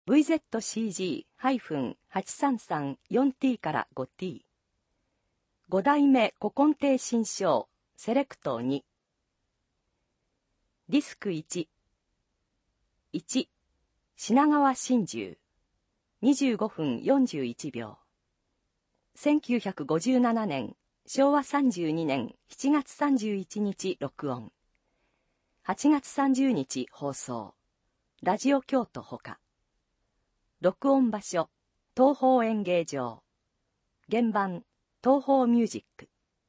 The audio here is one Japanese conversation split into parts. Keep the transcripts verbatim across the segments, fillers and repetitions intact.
ブイゼットシージーはちさんさんよんティー から ごティー。ご代目古今亭新章セレクトに。ディスクいち。いち、品川真珠。にじゅうごふんよんじゅういちびょう。せんきゅうひゃくごじゅうななねん、しょうわさんじゅうにねんしちがつさんじゅういちにち録音。はちがつさんじゅうにち放送。ラジオ京都ほか。録音場所、東宝演芸場。原版、東宝ミュージック。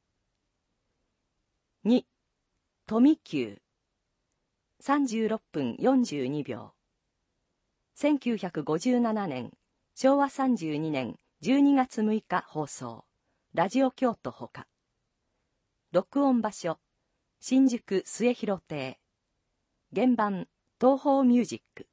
に、富久。さんじゅうろっぷんよんじゅうにびょう。せんきゅうひゃくごじゅうななねん、しょうわさんじゅうにねんじゅうにがつむいか放送。ラジオ京都ほか。録音場所、新宿末広亭。原版、東宝ミュージック。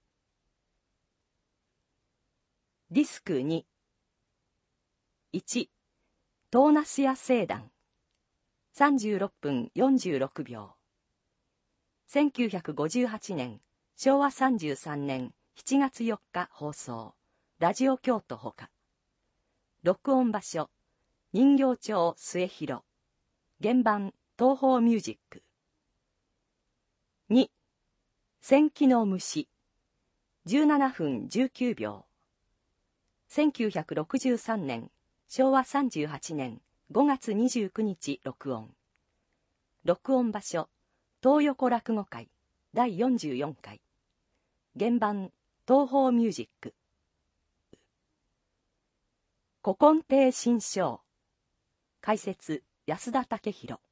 ディスクに。いち、トーナスヤ聖団。さんじゅうろっぷんよんじゅうろくびょう。せんきゅうひゃくごじゅうはちねん、しょうわさんじゅうさんねんしちがつよっか放送。ラジオ京都ほか。録音場所、人形町末広。原版、東宝ミュージック。に、戦記の虫。じゅうななふんじゅうきゅうびょう。せんきゅうひゃくろくじゅうさんねん、しょうわさんじゅうはちねんごがつにじゅうくにち録音。録音場所、東横落語会だいよんじゅうよんかい。原版、東宝ミュージック。古今亭新章。解説、安田武弘。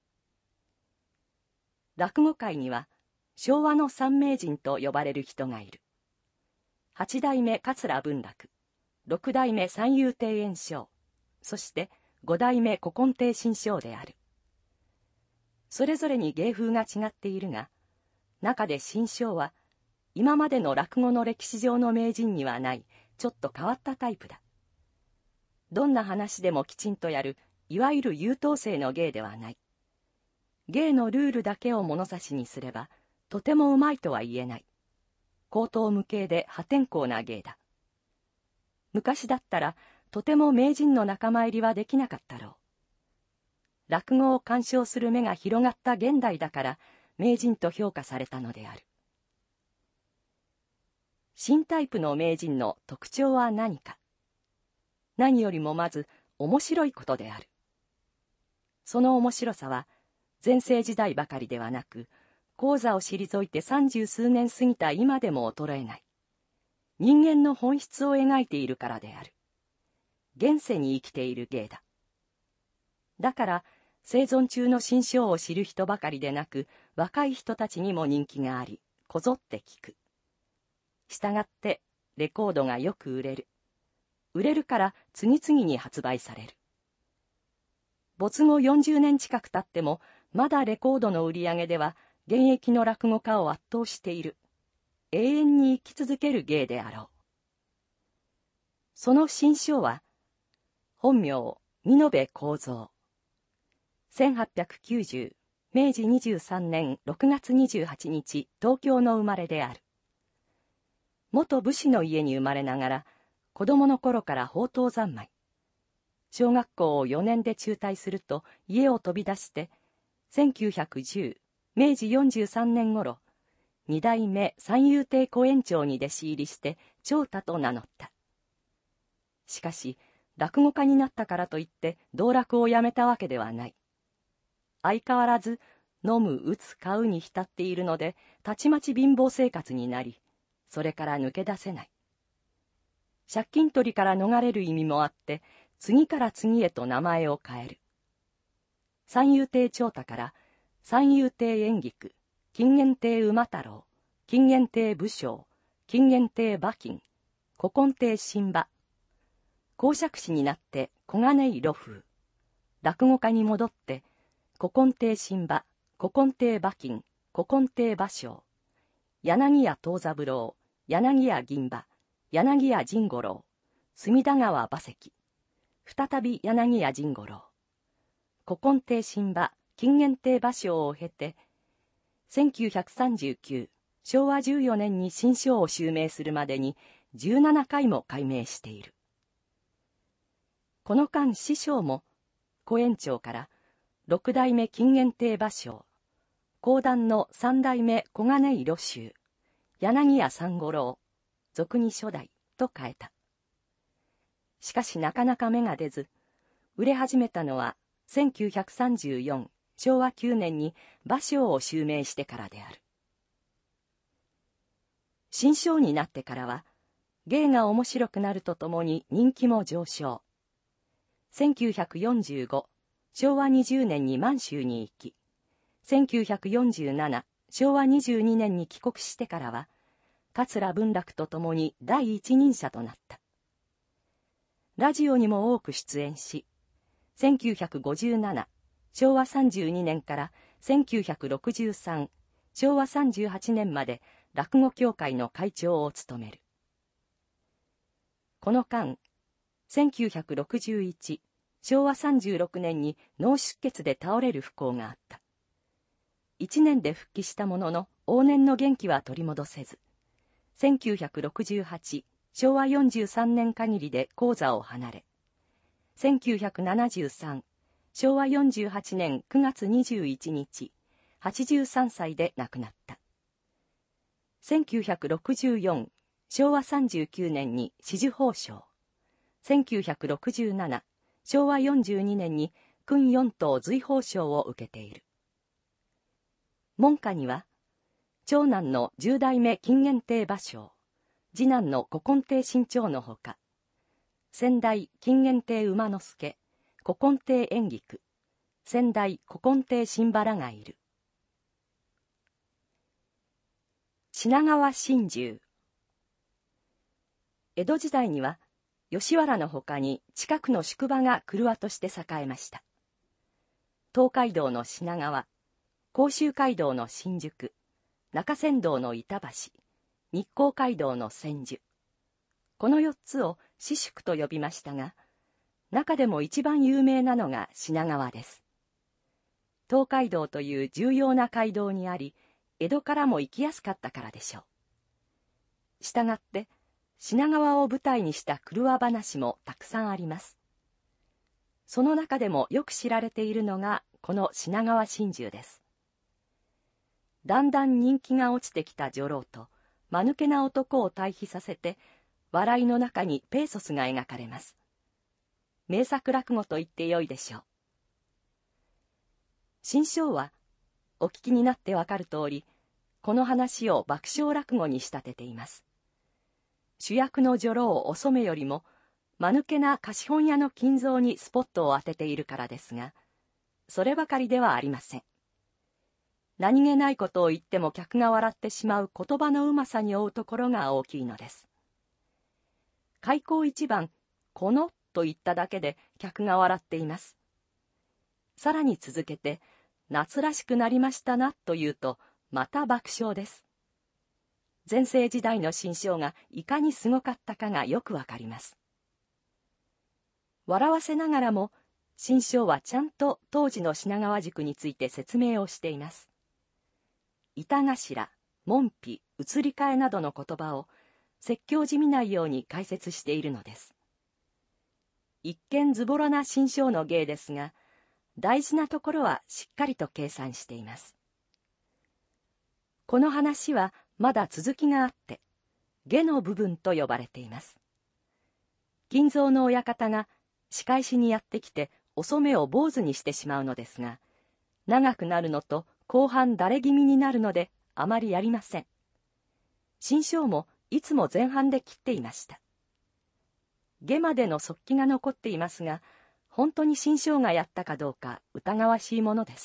落語界には、昭和の三名人と呼ばれる人がいる。八代目桂文楽。六代目三遊亭圓生、そして五代目古今亭新章である。それぞれに芸風が違っているが、中で新章は今までの落語の歴史上の名人にはないちょっと変わったタイプだ。どんな話でもきちんとやるいわゆる優等生の芸ではない。芸のルールだけを物差しにすればとてもうまいとは言えない。荒唐無稽で破天荒な芸だ。昔だったらとても名人の仲間入りはできなかったろう。落語を鑑賞する目が広がった現代だから名人と評価されたのである。新タイプの名人の特徴は何か。何よりもまず面白いことである。その面白さは全盛時代ばかりではなく、高座を退いて三十数年過ぎた今でも衰えない。人間の本質を描いているからである。現世に生きている芸だ。だから生存中の新章を知る人ばかりでなく、若い人たちにも人気があり、こぞって聞く。したがってレコードがよく売れる。売れるから次々に発売される。没後よんじゅうねん近く経っても、まだレコードの売り上げでは現役の落語家を圧倒している。永遠に生き続ける芸であろう。その新章は、本名、美濃部幸三。せんはっぴゃくきゅうじゅう、めいじにじゅうさんねんろくがつにじゅうはちにち、東京の生まれである。元武士の家に生まれながら、子供の頃から放蕩三昧。小学校をよねんで中退すると家を飛び出して、せんきゅうひゃくじゅう、めいじよんじゅうさんねん頃、二代目三遊亭小圓朝に弟子入りして長太と名乗った。しかし落語家になったからといって道楽をやめたわけではない。相変わらず飲む打つ買うに浸っているので、たちまち貧乏生活になり、それから抜け出せない。借金取りから逃れる意味もあって、次から次へと名前を変える。三遊亭長太から三遊亭演菊、金原亭馬太郎、金原亭武将、金原亭馬琴、古今亭新馬。講釈師になって小金井露風。落語家に戻って古今亭新馬、古今亭馬琴、古今亭馬将。柳家藤三郎、柳家銀馬、柳家甚五郎、隅田川馬石。再び柳家甚五郎。古今亭新馬、金原亭馬将を経て、せんきゅうひゃくさんじゅうきゅう、しょうわじゅうよねんに新章を襲名するまでにじゅうななかいも改名している。この間師匠も小園長から六代目金元亭馬生、講談の三代目小金井露州、柳家三五郎、俗に初代と変えた。しかしなかなか芽が出ず、売れ始めたのはせんきゅうひゃくさんじゅうよん、しょうわきゅうねんに馬生を襲名してからである。新章になってからは、芸が面白くなるとともに人気も上昇。せんきゅうひゃくよんじゅうご、しょうわにじゅうねんに満州に行き、せんきゅうひゃくよんじゅうなな、しょうわにじゅうにねんに帰国してからは、桂文楽とともに第一人者となった。ラジオにも多く出演し、せんきゅうひゃくごじゅうなな、しょうわさんじゅうにねんからせんきゅうひゃくろくじゅうさん、しょうわさんじゅうはちねんまで落語協会の会長を務める。この間、せんきゅうひゃくろくじゅういち、しょうわさんじゅうろくねんに脳出血で倒れる不幸があった。一年で復帰したものの往年の元気は取り戻せず、せんきゅうひゃくろくじゅうはち、しょうわよんじゅうさんねん限りで高座を離れ、せんきゅうひゃくななじゅうさん、しょうわよんじゅうはちねんくがつにじゅういちにち、はちじゅうさんさいで亡くなった。せんきゅうひゃくろくじゅうよん、しょうわさんじゅうきゅうねんに紫綬褒章、せんきゅうひゃくろくじゅうなな、しょうわよんじゅうにねんに勲四等随褒章を受けている。門下には、長男の十代目金元亭馬生、次男の古今亭新潮のほか、先代金元亭馬之助、古今亭円菊、先代古今亭新原がいる。品川心中。江戸時代には、吉原のほかに近くの宿場が廓として栄えました。東海道の品川、甲州街道の新宿、中山道の板橋、日光街道の千住。このよっつを私宿と呼びましたが、中でも一番有名なのが品川です。東海道という重要な街道にあり、江戸からも行きやすかったからでしょう。したがって、品川を舞台にした廓話もたくさんあります。その中でもよく知られているのが、この品川心中です。だんだん人気が落ちてきた女郎と、間抜けな男を対比させて、笑いの中にペーソスが描かれます。名作落語と言ってよいでしょう。新章は、お聞きになってわかる通り、この話を爆笑落語に仕立てています。主役の女郎お染よりも、間抜けな貸本屋の金蔵にスポットを当てているからですが、そればかりではありません。何気ないことを言っても客が笑ってしまう言葉のうまさに負うところが大きいのです。開口一番、このと言っただけで客が笑っています。さらに続けて、夏らしくなりましたなと言うと、また爆笑です。全盛時代の新章がいかにすごかったかがよくわかります。笑わせながらも、新章はちゃんと当時の品川宿について説明をしています。板頭、門扉、移り替えなどの言葉を説教じみないように解説しているのです。一見ズボラな新章の芸ですが、大事なところはしっかりと計算しています。この話はまだ続きがあって、下の部分と呼ばれています。金蔵の親方が仕返しにやってきてお染を坊主にしてしまうのですが、長くなるのと後半だれ気味になるのであまりやりません。新章もいつも前半で切っていました。下までの速記が残っていますが、本当に新章がやったかどうか疑わしいものです。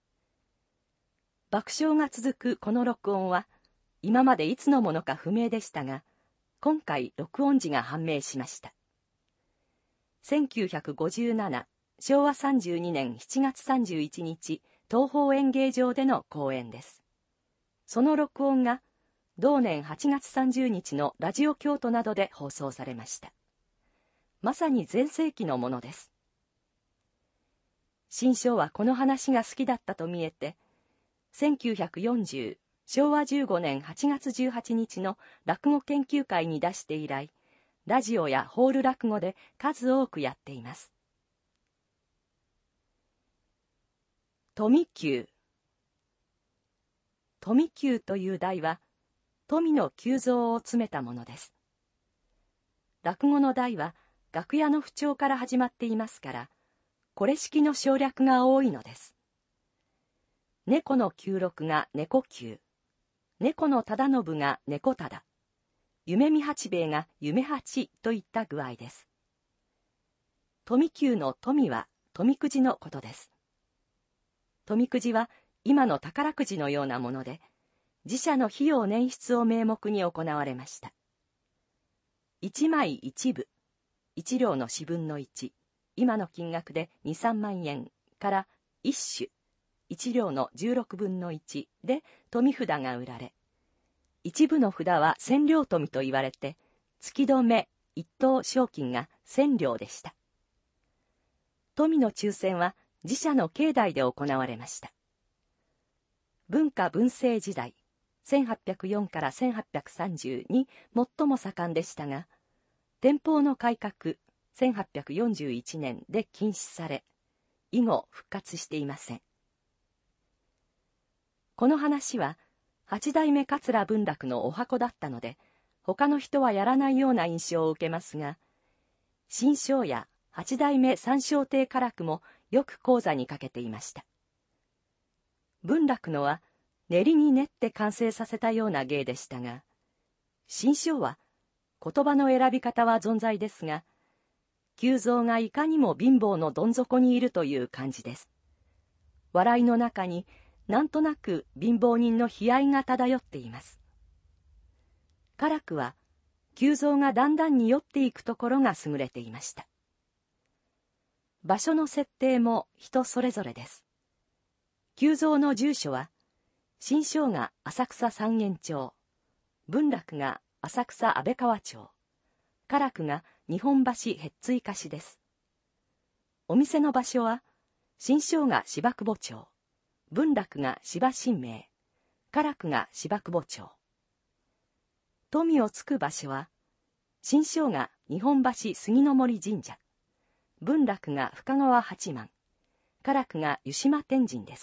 爆笑が続くこの録音は、今までいつのものか不明でしたが、今回録音時が判明しました。せんきゅうひゃくごじゅうなな、しょうわさんじゅうにねんしちがつさんじゅういちにち、東宝演芸場での公演です。その録音が、同年はちがつさんじゅうにちのラジオ京都などで放送されました。まさに全盛期のものです。新章はこの話が好きだったと見えて、せんきゅうひゃくよんじゅう、 しょうわじゅうごねんはちがつじゅうはちにちの落語研究会に出して以来、ラジオやホール落語で数多くやっています。富久。富久という題は、富の急増を詰めたものです。落語の題は楽屋の不調から始まっていますから、これ式の省略が多いのです。猫の久録が猫久、猫の忠信が猫忠、夢見八兵衛が夢八といった具合です。富久の富は富くじのことです。富くじは今の宝くじのようなもので、自社の費用捻出を名目に行われました。一枚一部、一両の四分の一、今の金額でに、さんまんえんから一種、一両の十六分の一で富札が売られ、一部の札は千両富と言われて、月止め一等賞金が千両でした。富の抽選は自社の境内で行われました。文化文政時代、せんはっぴゃくよんからせんはっぴゃくさんじゅうに最も盛んでしたが、天保の改革せんはっぴゃくよんじゅういちねんで禁止され、以後復活していません。この話は八代目桂文楽のお箱だったので、他の人はやらないような印象を受けますが、新章や八代目三笑亭家楽もよく講座にかけていました。文楽のは練りに練って完成させたような芸でしたが、新章は言葉の選び方は存在ですが、久蔵がいかにも貧乏のどん底にいるという感じです。笑いの中になんとなく貧乏人の悲哀が漂っています。家楽は久蔵がだんだんに酔っていくところが優れていました。場所の設定も人それぞれです。久蔵の住所は、新章が浅草三軒町、文楽が浅草安倍川町、家楽が日本橋へっついかしです。お店の場所は、新章が芝久保町、文楽が芝新明、家楽が芝久保町。富をつく場所は、新章が日本橋杉の森神社、文楽が深川八幡、家楽が湯島天神です。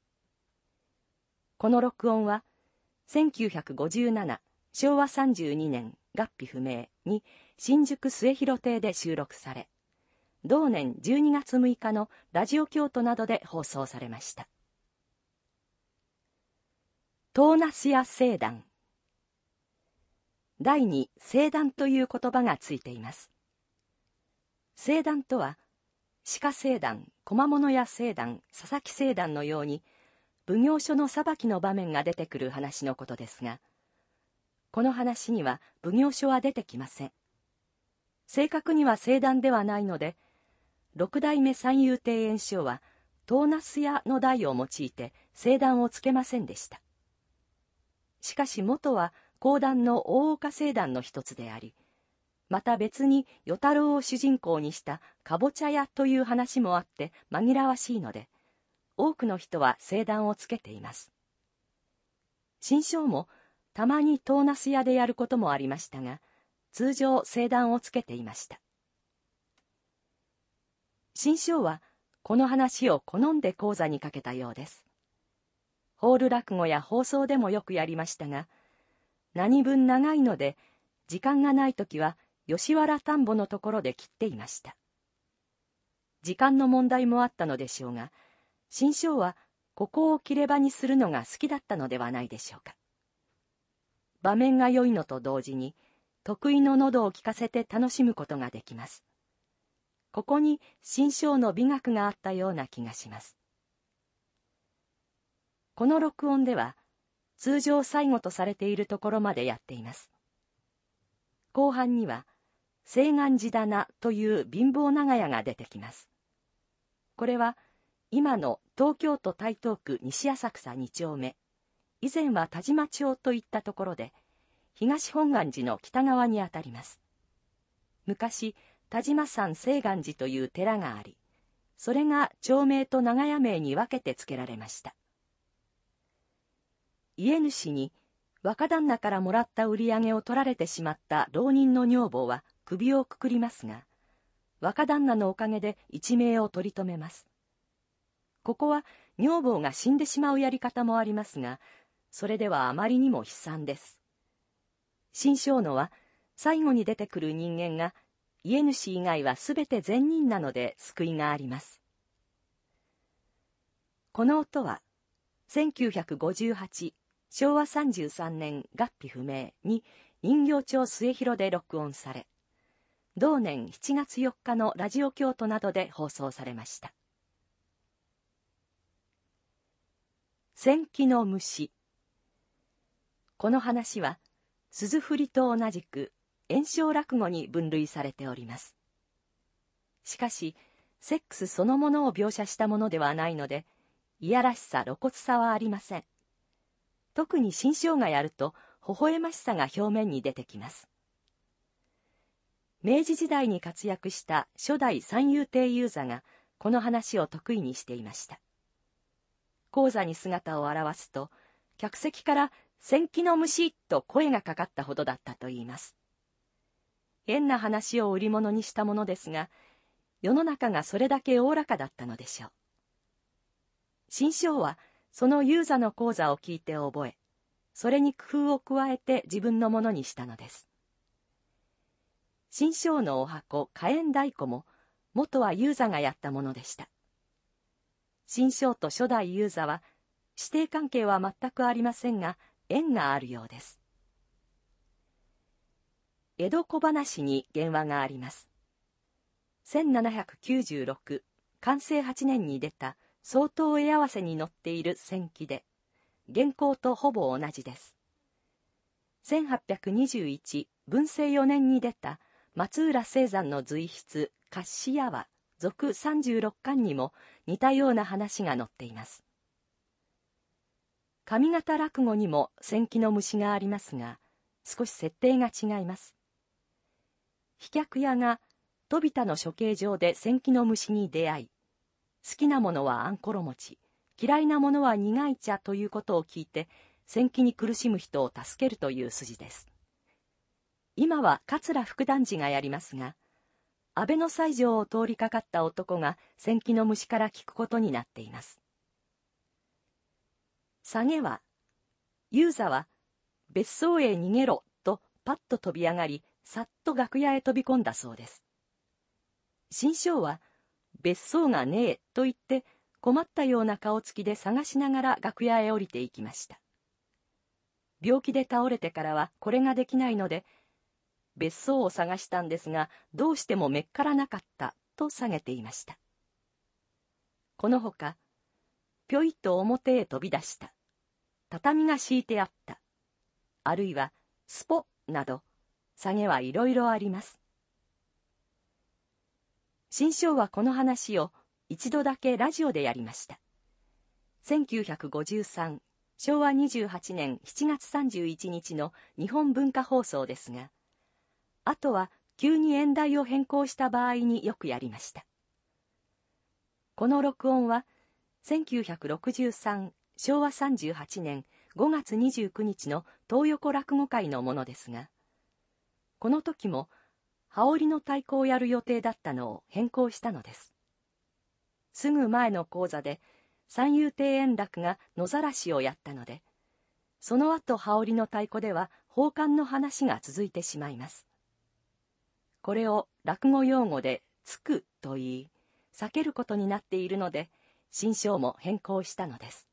この録音は、せんきゅうひゃくごじゅうなな、しょうわさんじゅうにねん月日不明に新宿末広亭で収録され、同年じゅうにがつむいかのラジオ京都などで放送されました。トーナスや聖壇。題に聖壇という言葉がついています。聖壇とは、鹿聖壇、小物屋聖壇、佐々木聖壇のように、奉行所の裁きの場面が出てくる話のことですが、この話には奉行所は出てきません。正確には聖壇ではないので、六代目三遊亭圓生はトーナス屋の題を用いて聖壇をつけませんでした。しかし元は講談の大岡聖壇の一つであり、また別に与太郎を主人公にしたかぼちゃ屋という話もあって紛らわしいので、多くの人は聖壇をつけています。新章もたまにトーナス屋でやることもありましたが、通常聖壇をつけていました。新章はこの話を好んで講座にかけたようです。ホール落語や放送でもよくやりましたが、何分長いので時間がないときは吉原田んぼのところで切っていました。時間の問題もあったのでしょうが、新章はここを切れ場にするのが好きだったのではないでしょうか。場面が良いのと同時に、得意の喉を聞かせて楽しむことができます。ここに新章の美学があったような気がします。この録音では、通常最後とされているところまでやっています。後半には、西岸寺棚という貧乏長屋が出てきます。これは、今の東京都台東区西浅草に丁目、以前は田島町といったところで、東本願寺の北側にあたります。昔、田島山西岸寺という寺があり、それが町名と長屋名に分けて付けられました。 家主に若旦那からもらった売り上げを取られてしまった浪人の女房は首をくくりますが、若旦那のおかげで一命を取り留めます。ここは女房が死んでしまうやり方もありますが、それではあまりにも悲惨です。新生野は最後に出てくる人間が家主以外はすべて善人なので救いがあります。この音はせんきゅうひゃくごじゅうはち、しょうわさんじゅうさんねん月日不明に人形町末広で録音され、同年しちがつよっかのラジオ京都などで放送されました。千機の虫。この話は鈴振りと同じく圓生落語に分類されております。しかしセックスそのものを描写したものではないので、いやらしさ露骨さはありません。特に新生がやると微笑ましさが表面に出てきます。明治時代に活躍した初代三遊亭遊座がこの話を得意にしていました。高座に姿を現すと、客席から千機の虫と声がかかったほどだったといいます。変な話を売り物にしたものですが、世の中がそれだけおおらかだったのでしょう。新生はその遊座の講座を聞いて覚え、それに工夫を加えて自分のものにしたのです。新生のお箱火炎太鼓も元は遊座がやったものでした。新生と初代遊座は師弟関係は全くありませんが、縁があるようです。江戸小話に原話があります。せんななひゃくきゅうじゅうろく、寛政はちねんに出た総統絵合わせに載っている千機で、原稿とほぼ同じです。せんはっぴゃくにじゅういち、文政よねんに出た松浦青山の随筆カッシヤは続さんじゅうろっかんにも似たような話が載っています。上方落語にも千機の虫がありますが、少し設定が違います。飛脚屋が飛田の処刑場で千機の虫に出会い、好きなものはあんころ餅、嫌いなものは苦い茶ということを聞いて、千機に苦しむ人を助けるという筋です。今は桂福団治がやりますが、安倍の西条を通りかかった男が千機の虫から聞くことになっています。下げは、遊座は別荘へ逃げろとパッと飛び上がり、さっと楽屋へ飛び込んだそうです。新生は、別荘がねえと言って困ったような顔つきで探しながら楽屋へ降りていきました。病気で倒れてからはこれができないので、別荘を探したんですがどうしてもめっからなかったと下げていました。このほか、ぴょいと表へ飛び出した、畳が敷いてあった、あるいはスポなど下げはいろいろあります。新生はこの話を一度だけラジオでやりました。せんきゅうひゃくごじゅうさん、しょうわにじゅうはちねんしちがつさんじゅういちにちの日本文化放送ですが、あとは急に演題を変更した場合によくやりました。この録音はせんきゅうひゃくろくじゅうさん、しょうわさんじゅうはちねんごがつにじゅうくにちの東横落語会のものですが、この時も羽織の太鼓をやる予定だったのを変更したのです。すぐ前の講座で三遊亭円楽が野ざらしをやったので、その後羽織の太鼓では宝冠の話が続いてしまいます。これを落語用語でつくと言い、避けることになっているので、新生も変更したのです。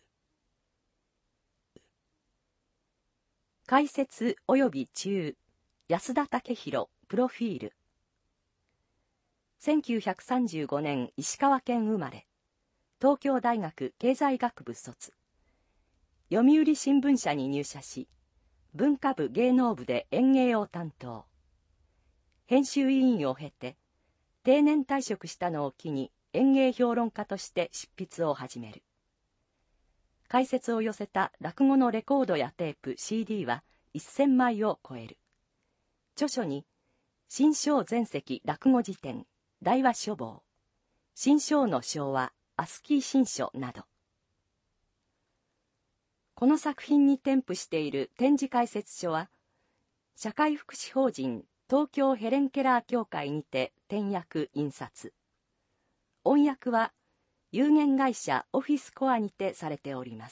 解説及び中、安田武弘プロフィール。せんきゅうひゃくさんじゅうごねん石川県生まれ、東京大学経済学部卒。読売新聞社に入社し、文化部芸能部で演芸を担当。編集委員を経て、定年退職したのを機に演芸評論家として執筆を始める。解説を寄せた落語のレコードやテープ シーディー はせんまいを超える。著書に、新生全席落語辞典、大和書房、新生の昭和、アスキー新書など。 この作品に添付している展示解説書は、社会福祉法人東京ヘレンケラー協会にて転訳印刷。音訳は有限会社オフィスコアにてされております。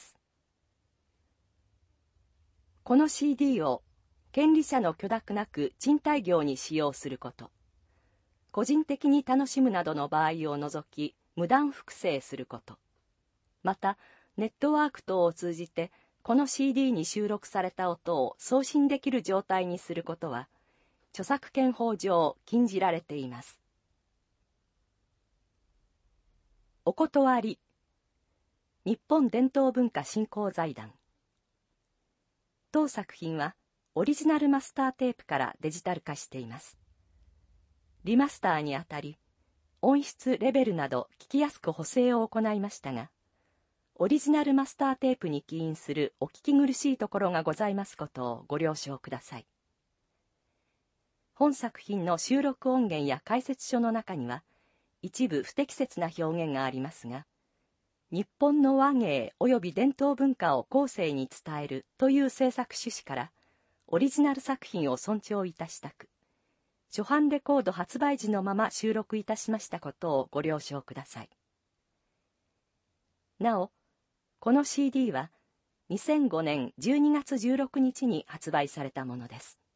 この シーディー を権利者の許諾なく賃貸業に使用すること、個人的に楽しむなどの場合を除き無断複製すること、またネットワーク等を通じてこの シーディー に収録された音を送信できる状態にすることは著作権法上禁じられています。お断り。日本伝統文化振興財団。当作品はオリジナルマスターテープからデジタル化しています。リマスターにあたり、音質レベルなど聞きやすく補正を行いましたが、オリジナルマスターテープに起因するお聞き苦しいところがございますことをご了承ください。本作品の収録音源や解説書の中には、一部不適切な表現がありますが、日本の和芸及び伝統文化を後世に伝えるという制作趣旨から、オリジナル作品を尊重いたしたく、初版レコード発売時のまま収録いたしましたことをご了承ください。なお、この シーディー はにせんごねんじゅうにがつじゅうろくにちに発売されたものです。